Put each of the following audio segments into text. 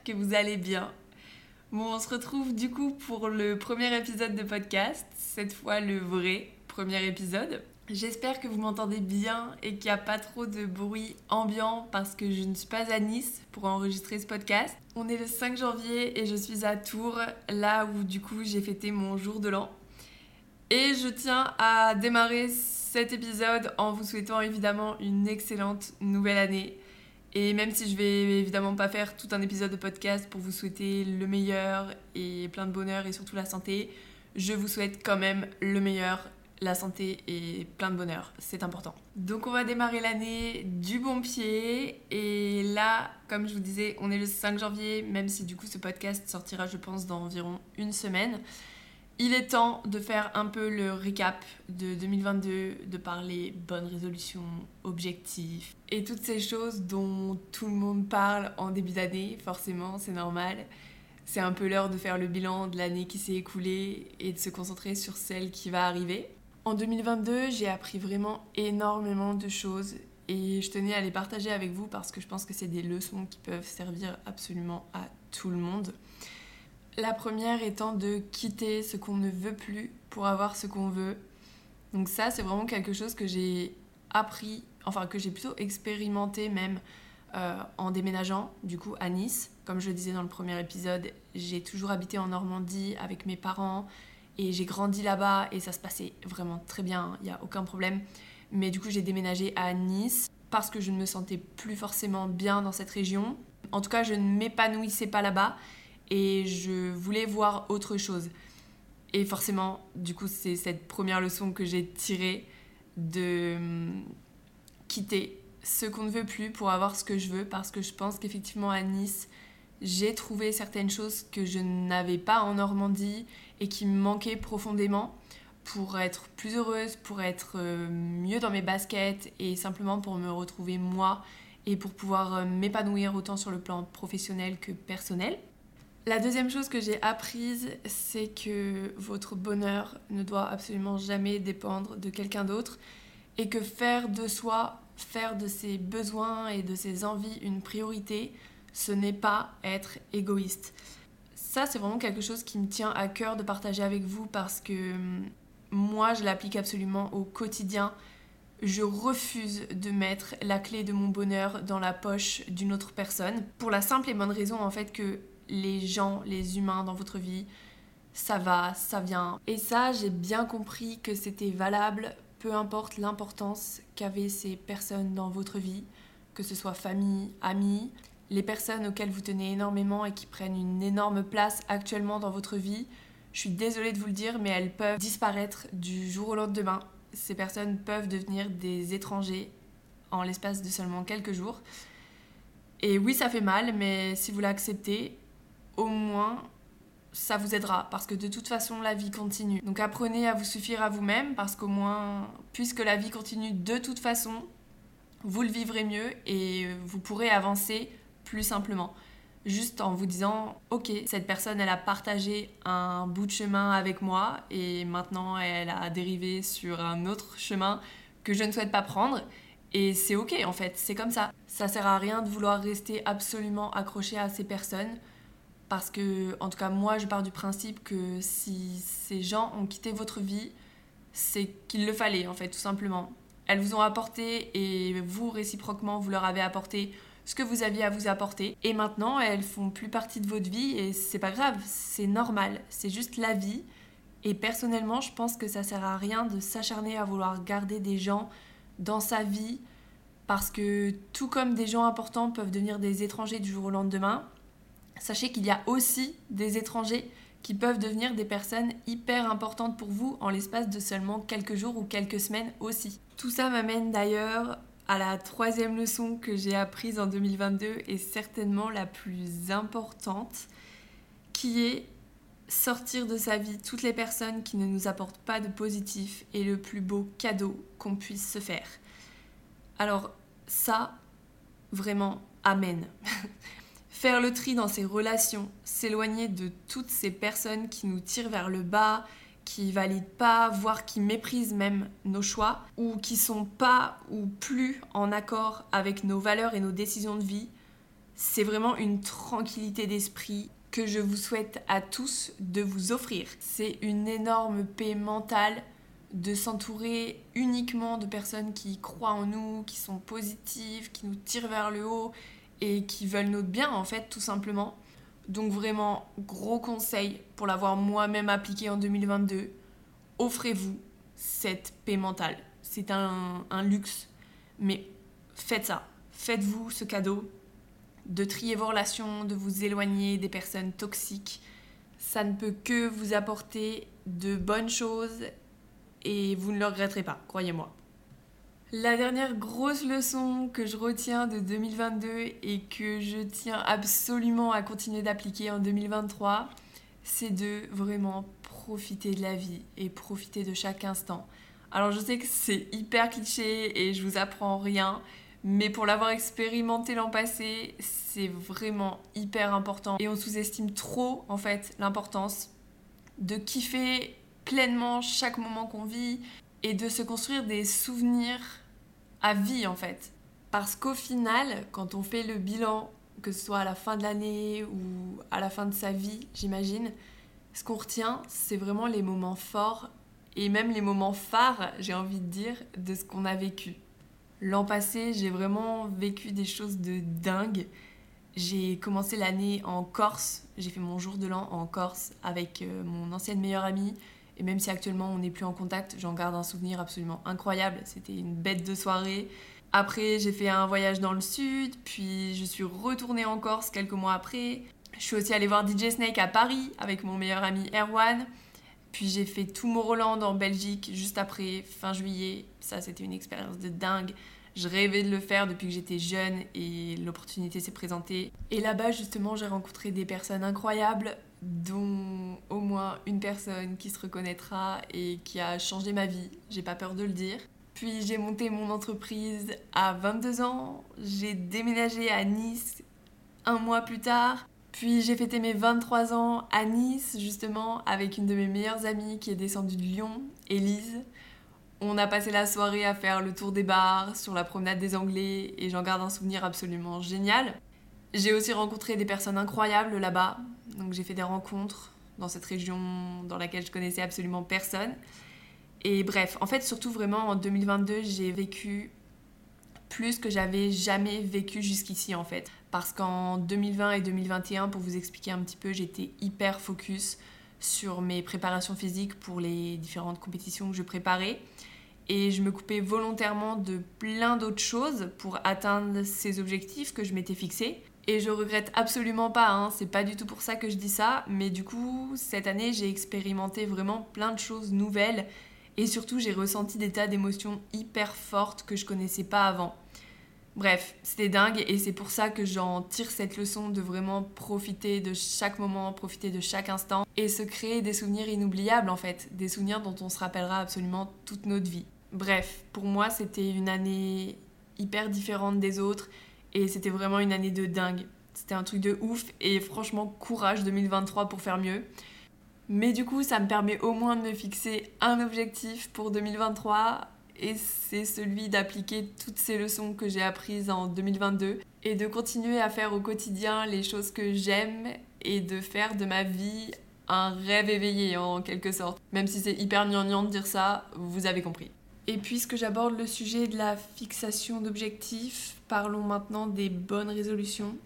que vous allez bien. Bon, on se retrouve du coup pour le premier épisode de podcast, cette fois le vrai premier épisode. J'espère que vous m'entendez bien et qu'il n'y a pas trop de bruit ambiant parce que je ne suis pas à Nice pour enregistrer ce podcast. On est le 5 janvier et je suis à Tours, là où du coup j'ai fêté mon jour de l'an. Et je tiens à démarrer cet épisode en vous souhaitant évidemment une excellente nouvelle année. Et même si je vais évidemment pas faire tout un épisode de podcast pour vous souhaiter le meilleur et plein de bonheur et surtout la santé, je vous souhaite quand même le meilleur, la santé et plein de bonheur, c'est important. Donc on va démarrer l'année du bon pied et là, comme je vous disais, on est le 5 janvier, même si du coup ce podcast sortira je pense dans environ une semaine. Il est temps de faire un peu le récap de 2022, de parler bonnes résolutions, objectifs et toutes ces choses dont tout le monde parle en début d'année, forcément, c'est normal. C'est un peu l'heure de faire le bilan de l'année qui s'est écoulée et de se concentrer sur celle qui va arriver. En 2022, j'ai appris vraiment énormément de choses et je tenais à les partager avec vous parce que je pense que c'est des leçons qui peuvent servir absolument à tout le monde. La première étant de quitter ce qu'on ne veut plus pour avoir ce qu'on veut. Donc ça, c'est vraiment quelque chose que j'ai appris, enfin que j'ai plutôt expérimenté même en déménageant du coup à Nice. Comme je le disais dans le premier épisode, j'ai toujours habité en Normandie avec mes parents et j'ai grandi là-bas et ça se passait vraiment très bien, il n'y a aucun problème. Mais du coup, j'ai déménagé à Nice parce que je ne me sentais plus forcément bien dans cette région. En tout cas, je ne m'épanouissais pas là-bas. Et je voulais voir autre chose. Et forcément, du coup, c'est cette première leçon que j'ai tirée de quitter ce qu'on ne veut plus pour avoir ce que je veux. Parce que je pense qu'effectivement, à Nice, j'ai trouvé certaines choses que je n'avais pas en Normandie et qui me manquaient profondément pour être plus heureuse, pour être mieux dans mes baskets et simplement pour me retrouver moi et pour pouvoir m'épanouir autant sur le plan professionnel que personnel. La deuxième chose que j'ai apprise, c'est que votre bonheur ne doit absolument jamais dépendre de quelqu'un d'autre et que faire de soi, faire de ses besoins et de ses envies une priorité, ce n'est pas être égoïste. Ça, c'est vraiment quelque chose qui me tient à cœur de partager avec vous parce que moi, je l'applique absolument au quotidien. Je refuse de mettre la clé de mon bonheur dans la poche d'une autre personne pour la simple et bonne raison en fait que les gens, les humains dans votre vie, ça va, ça vient. Et ça, j'ai bien compris que c'était valable, peu importe l'importance qu'avaient ces personnes dans votre vie, que ce soit famille, amis, les personnes auxquelles vous tenez énormément et qui prennent une énorme place actuellement dans votre vie. Je suis désolée de vous le dire, mais elles peuvent disparaître du jour au lendemain. Ces personnes peuvent devenir des étrangers en l'espace de seulement quelques jours. Et oui, ça fait mal, mais si vous l'acceptez, au moins, ça vous aidera parce que de toute façon, la vie continue. Donc apprenez à vous suffire à vous-même parce qu'au moins, puisque la vie continue de toute façon, vous le vivrez mieux et vous pourrez avancer plus simplement. Juste en vous disant, ok, cette personne, elle a partagé un bout de chemin avec moi et maintenant, elle a dérivé sur un autre chemin que je ne souhaite pas prendre. Et c'est ok en fait, c'est comme ça. Ça sert à rien de vouloir rester absolument accroché à ces personnes. Parce que, en tout cas, moi, je pars du principe que si ces gens ont quitté votre vie, c'est qu'il le fallait, en fait, tout simplement. Elles vous ont apporté et vous, réciproquement, vous leur avez apporté ce que vous aviez à vous apporter. Et maintenant, elles font plus partie de votre vie et c'est pas grave, c'est normal, c'est juste la vie. Et personnellement, je pense que ça sert à rien de s'acharner à vouloir garder des gens dans sa vie parce que tout comme des gens importants peuvent devenir des étrangers du jour au lendemain, sachez qu'il y a aussi des étrangers qui peuvent devenir des personnes hyper importantes pour vous en l'espace de seulement quelques jours ou quelques semaines aussi. Tout ça m'amène d'ailleurs à la troisième leçon que j'ai apprise en 2022 et certainement la plus importante, qui est sortir de sa vie toutes les personnes qui ne nous apportent pas de positif est le plus beau cadeau qu'on puisse se faire. Alors ça, vraiment, amen. Faire le tri dans ses relations, s'éloigner de toutes ces personnes qui nous tirent vers le bas, qui valident pas, voire qui méprisent même nos choix, ou qui sont pas ou plus en accord avec nos valeurs et nos décisions de vie, C'est vraiment une tranquillité d'esprit que je vous souhaite à tous de vous offrir. C'est une énorme paix mentale de s'entourer uniquement de personnes qui croient en nous, qui sont positives, qui nous tirent vers le haut et qui veulent notre bien en fait, tout simplement. Donc vraiment, gros conseil pour l'avoir moi-même appliqué en 2022, offrez-vous cette paix mentale. C'est un luxe, mais faites ça. Faites-vous ce cadeau de trier vos relations, de vous éloigner des personnes toxiques. Ça ne peut que vous apporter de bonnes choses et vous ne le regretterez pas, croyez-moi. La dernière grosse leçon que je retiens de 2022 et que je tiens absolument à continuer d'appliquer en 2023, c'est de vraiment profiter de la vie et profiter de chaque instant. Alors je sais que c'est hyper cliché et je vous apprends rien, mais pour l'avoir expérimenté l'an passé, c'est vraiment hyper important. Et on sous-estime trop en fait l'importance de kiffer pleinement chaque moment qu'on vit et de se construire des souvenirs à vie en fait. Parce qu'au final, quand on fait le bilan, que ce soit à la fin de l'année ou à la fin de sa vie, j'imagine, ce qu'on retient, c'est vraiment les moments forts et même les moments phares, j'ai envie de dire, de ce qu'on a vécu. L'an passé, j'ai vraiment vécu des choses de dingue. J'ai commencé l'année en Corse, j'ai fait mon jour de l'an en Corse avec mon ancienne meilleure amie. Et même si actuellement on n'est plus en contact, j'en garde un souvenir absolument incroyable. C'était une bête de soirée. Après, j'ai fait un voyage dans le sud, puis je suis retournée en Corse quelques mois après. Je suis aussi allée voir DJ Snake à Paris avec mon meilleur ami Erwan. Puis j'ai fait Tomorrowland en Belgique juste après, fin juillet. Ça, c'était une expérience de dingue. Je rêvais de le faire depuis que j'étais jeune et l'opportunité s'est présentée. Et là-bas, justement, j'ai rencontré des personnes incroyables, dont au moins une personne qui se reconnaîtra et qui a changé ma vie. J'ai pas peur de le dire. Puis j'ai monté mon entreprise à 22 ans. J'ai déménagé à Nice un mois plus tard. Puis j'ai fêté mes 23 ans à Nice, justement, avec une de mes meilleures amies qui est descendue de Lyon, Élise. On a passé la soirée à faire le tour des bars, sur la promenade des Anglais, et j'en garde un souvenir absolument génial. J'ai aussi rencontré des personnes incroyables là-bas, donc j'ai fait des rencontres dans cette région dans laquelle je connaissais absolument personne. Et bref, en fait, surtout vraiment en 2022, j'ai vécu plus que j'avais jamais vécu jusqu'ici en fait. Parce qu'en 2020 et 2021, pour vous expliquer un petit peu, j'étais hyper focus sur mes préparations physiques pour les différentes compétitions que je préparais. Et je me coupais volontairement de plein d'autres choses pour atteindre ces objectifs que je m'étais fixés. Et je regrette absolument pas, hein, c'est pas du tout pour ça que je dis ça, mais du coup, cette année, j'ai expérimenté vraiment plein de choses nouvelles et surtout, j'ai ressenti des tas d'émotions hyper fortes que je connaissais pas avant. Bref, c'était dingue et c'est pour ça que j'en tire cette leçon de vraiment profiter de chaque moment, profiter de chaque instant et se créer des souvenirs inoubliables en fait, des souvenirs dont on se rappellera absolument toute notre vie. Bref, pour moi, c'était une année hyper différente des autres et c'était vraiment une année de dingue. C'était un truc de ouf et franchement, courage 2023 pour faire mieux. Mais du coup, ça me permet au moins de me fixer un objectif pour 2023 et c'est celui d'appliquer toutes ces leçons que j'ai apprises en 2022 et de continuer à faire au quotidien les choses que j'aime et de faire de ma vie un rêve éveillé en quelque sorte. Même si c'est hyper gnangnan de dire ça, vous avez compris. Et puisque j'aborde le sujet de la fixation d'objectifs, parlons maintenant des bonnes résolutions.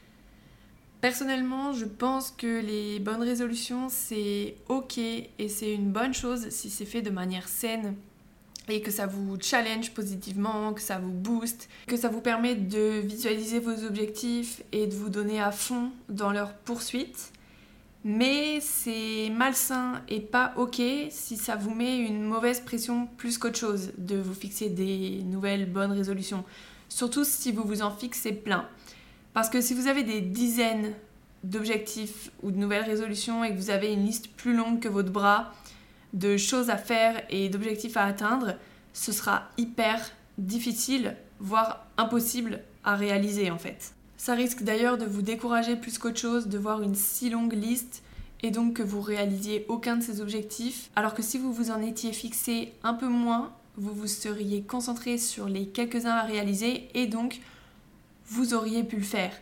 Personnellement, je pense que les bonnes résolutions, c'est ok et c'est une bonne chose si c'est fait de manière saine et que ça vous challenge positivement, que ça vous booste, que ça vous permet de visualiser vos objectifs et de vous donner à fond dans leur poursuite. Mais c'est malsain et pas ok si ça vous met une mauvaise pression plus qu'autre chose de vous fixer des nouvelles bonnes résolutions. Surtout si vous vous en fixez plein. Parce que si vous avez des dizaines d'objectifs ou de nouvelles résolutions et que vous avez une liste plus longue que votre bras de choses à faire et d'objectifs à atteindre, ce sera hyper difficile, voire impossible à réaliser en fait. Ça risque d'ailleurs de vous décourager plus qu'autre chose de voir une si longue liste et donc que vous réalisiez aucun de ces objectifs, alors que si vous vous en étiez fixé un peu moins, vous vous seriez concentré sur les quelques-uns à réaliser et donc vous auriez pu le faire.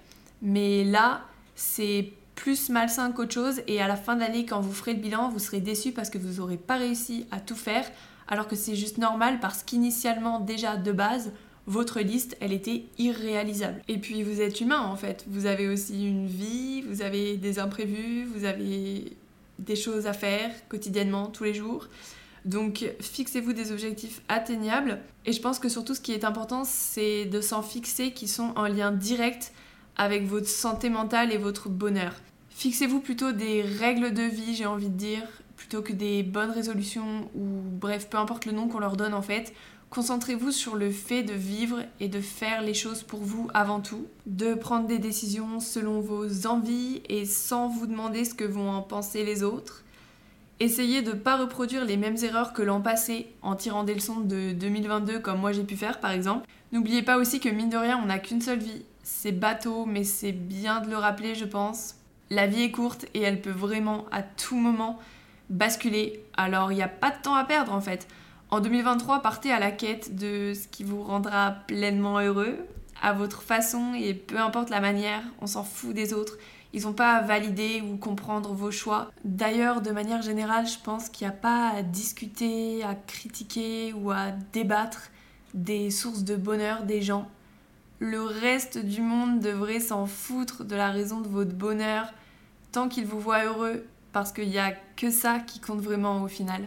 Mais là, c'est plus malsain qu'autre chose et à la fin de l'année, quand vous ferez le bilan, vous serez déçus parce que vous n'aurez pas réussi à tout faire, alors que c'est juste normal parce qu'initialement, déjà de base, votre liste, elle était irréalisable. Et puis vous êtes humain en fait, vous avez aussi une vie, vous avez des imprévus, vous avez des choses à faire quotidiennement, tous les jours. Donc fixez-vous des objectifs atteignables. Et je pense que surtout ce qui est important, c'est de s'en fixer qui sont en lien direct avec votre santé mentale et votre bonheur. Fixez-vous plutôt des règles de vie, j'ai envie de dire, plutôt que des bonnes résolutions ou bref, peu importe le nom qu'on leur donne en fait. Concentrez-vous sur le fait de vivre et de faire les choses pour vous avant tout, de prendre des décisions selon vos envies et sans vous demander ce que vont en penser les autres. Essayez de ne pas reproduire les mêmes erreurs que l'an passé en tirant des leçons de 2022 comme moi j'ai pu faire par exemple. N'oubliez pas aussi que mine de rien on n'a qu'une seule vie. C'est bateau mais c'est bien de le rappeler je pense. La vie est courte et elle peut vraiment à tout moment basculer. Alors il n'y a pas de temps à perdre en fait. En 2023, partez à la quête de ce qui vous rendra pleinement heureux, à votre façon et peu importe la manière, on s'en fout des autres. Ils n'ont pas à valider ou comprendre vos choix. D'ailleurs, de manière générale, je pense qu'il n'y a pas à discuter, à critiquer ou à débattre des sources de bonheur des gens. Le reste du monde devrait s'en foutre de la raison de votre bonheur tant qu'ils vous voient heureux, parce qu'il n'y a que ça qui compte vraiment au final.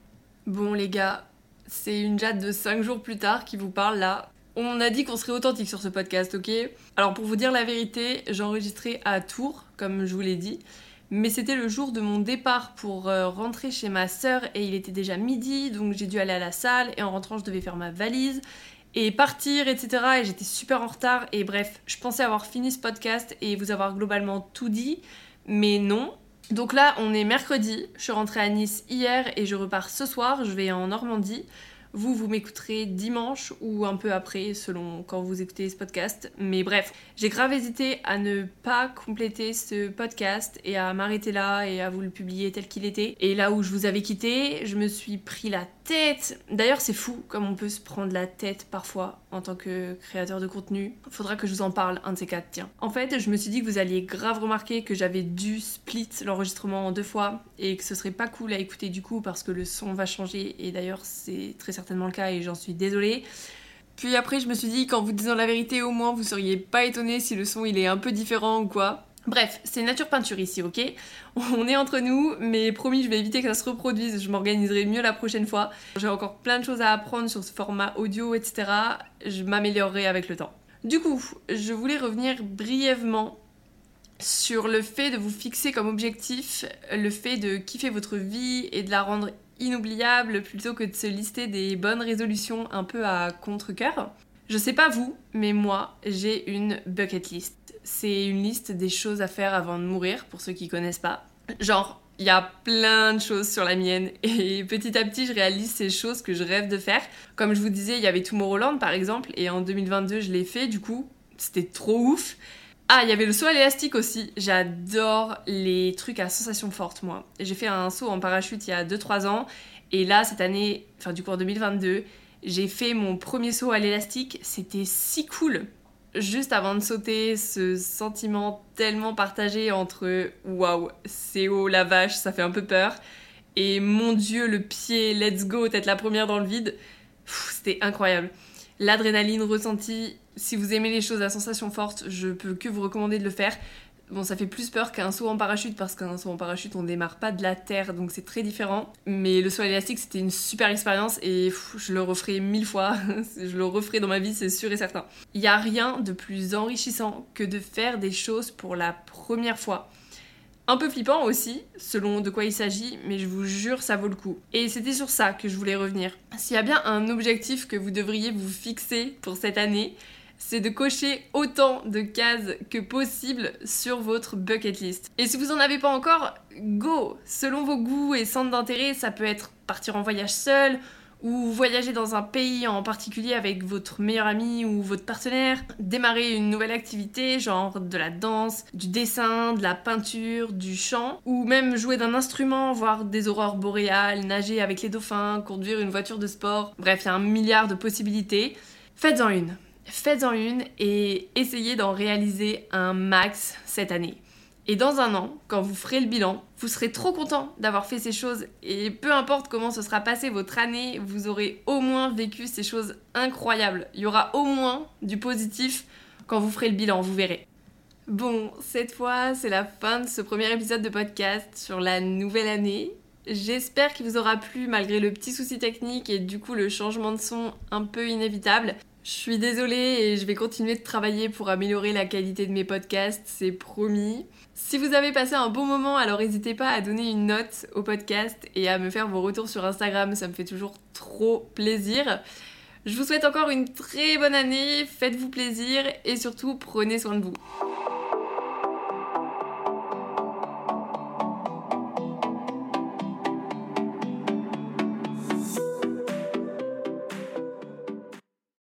Bon les gars, c'est une Jade de 5 jours plus tard qui vous parle là. On a dit qu'on serait authentique sur ce podcast, ok ? Alors pour vous dire la vérité, j'ai enregistré à Tours, comme je vous l'ai dit, mais c'était le jour de mon départ pour rentrer chez ma sœur et il était déjà midi, donc j'ai dû aller à la salle et en rentrant je devais faire ma valise et partir, etc. Et j'étais super en retard et bref, je pensais avoir fini ce podcast et vous avoir globalement tout dit, mais non. Donc là, on est mercredi, je suis rentrée à Nice hier et je repars ce soir, je vais en Normandie. Vous m'écouterez dimanche ou un peu après, selon quand vous écoutez ce podcast. Mais bref, j'ai grave hésité à ne pas compléter ce podcast et à m'arrêter là et à vous le publier tel qu'il était. Et là où je vous avais quitté, je me suis pris la tête. D'ailleurs, c'est fou comme on peut se prendre la tête parfois en tant que créateur de contenu. Faudra que je vous en parle, un de ces quatre, tiens. En fait, je me suis dit que vous alliez grave remarquer que j'avais dû split l'enregistrement en 2 fois et que ce serait pas cool à écouter du coup parce que le son va changer et d'ailleurs c'est très certainement le cas et j'en suis désolée. Puis après je me suis dit qu'en vous disant la vérité au moins vous seriez pas étonnés si le son il est un peu différent ou quoi. Bref, c'est nature peinture ici, ok ? On est entre nous, mais promis je vais éviter que ça se reproduise, je m'organiserai mieux la prochaine fois. J'ai encore plein de choses à apprendre sur ce format audio, etc. Je m'améliorerai avec le temps. Du coup, je voulais revenir brièvement sur le fait de vous fixer comme objectif le fait de kiffer votre vie et de la rendre inoubliable plutôt que de se lister des bonnes résolutions un peu à contre-cœur. Je sais pas vous, mais moi, j'ai une bucket list. C'est une liste des choses à faire avant de mourir, pour ceux qui connaissent pas. Genre, il y a plein de choses sur la mienne et petit à petit, je réalise ces choses que je rêve de faire. Comme je vous disais, il y avait Tomorrowland par exemple et en 2022, je l'ai fait du coup. C'était trop ouf. Ah, il y avait le saut à l'élastique aussi. J'adore les trucs à sensation forte, moi. J'ai fait un saut en parachute il y a 2-3 ans. Et là, cette année, enfin du coup en 2022, j'ai fait mon premier saut à l'élastique. C'était si cool. Juste avant de sauter, ce sentiment tellement partagé entre « Waouh, c'est haut, la vache, ça fait un peu peur » et « Mon Dieu, le pied, let's go, t'es la première dans le vide ». C'était incroyable. L'adrénaline ressentie, si vous aimez les choses à sensation forte, je peux que vous recommander de le faire. Bon, ça fait plus peur qu'un saut en parachute parce qu'un saut en parachute, on démarre pas de la terre, donc c'est très différent. Mais le saut à l'élastique, c'était une super expérience et je le referai 1000 fois. Je le referai dans ma vie, c'est sûr et certain. Il y a rien de plus enrichissant que de faire des choses pour la première fois. Un peu flippant aussi, selon de quoi il s'agit, mais je vous jure, ça vaut le coup. Et c'était sur ça que je voulais revenir. S'il y a bien un objectif que vous devriez vous fixer pour cette année, c'est de cocher autant de cases que possible sur votre bucket list. Et si vous en avez pas encore, go! Selon vos goûts et centres d'intérêt, ça peut être partir en voyage seul, ou voyager dans un pays en particulier avec votre meilleur ami ou votre partenaire, démarrer une nouvelle activité, genre de la danse, du dessin, de la peinture, du chant, ou même jouer d'un instrument, voir des aurores boréales, nager avec les dauphins, conduire une voiture de sport. Bref, il y a 1 milliard de possibilités. Faites-en une. faites-en une et essayez d'en réaliser un max cette année. Et dans un an, quand vous ferez le bilan, vous serez trop content d'avoir fait ces choses et peu importe comment se sera passée votre année, vous aurez au moins vécu ces choses incroyables. Il y aura au moins du positif quand vous ferez le bilan, vous verrez. Bon, cette fois, c'est la fin de ce premier épisode de podcast sur la nouvelle année. J'espère qu'il vous aura plu malgré le petit souci technique et du coup le changement de son un peu inévitable. Je suis désolée et je vais continuer de travailler pour améliorer la qualité de mes podcasts, c'est promis. Si vous avez passé un bon moment, alors n'hésitez pas à donner une note au podcast et à me faire vos retours sur Instagram, ça me fait toujours trop plaisir. Je vous souhaite encore une très bonne année, faites-vous plaisir et surtout prenez soin de vous.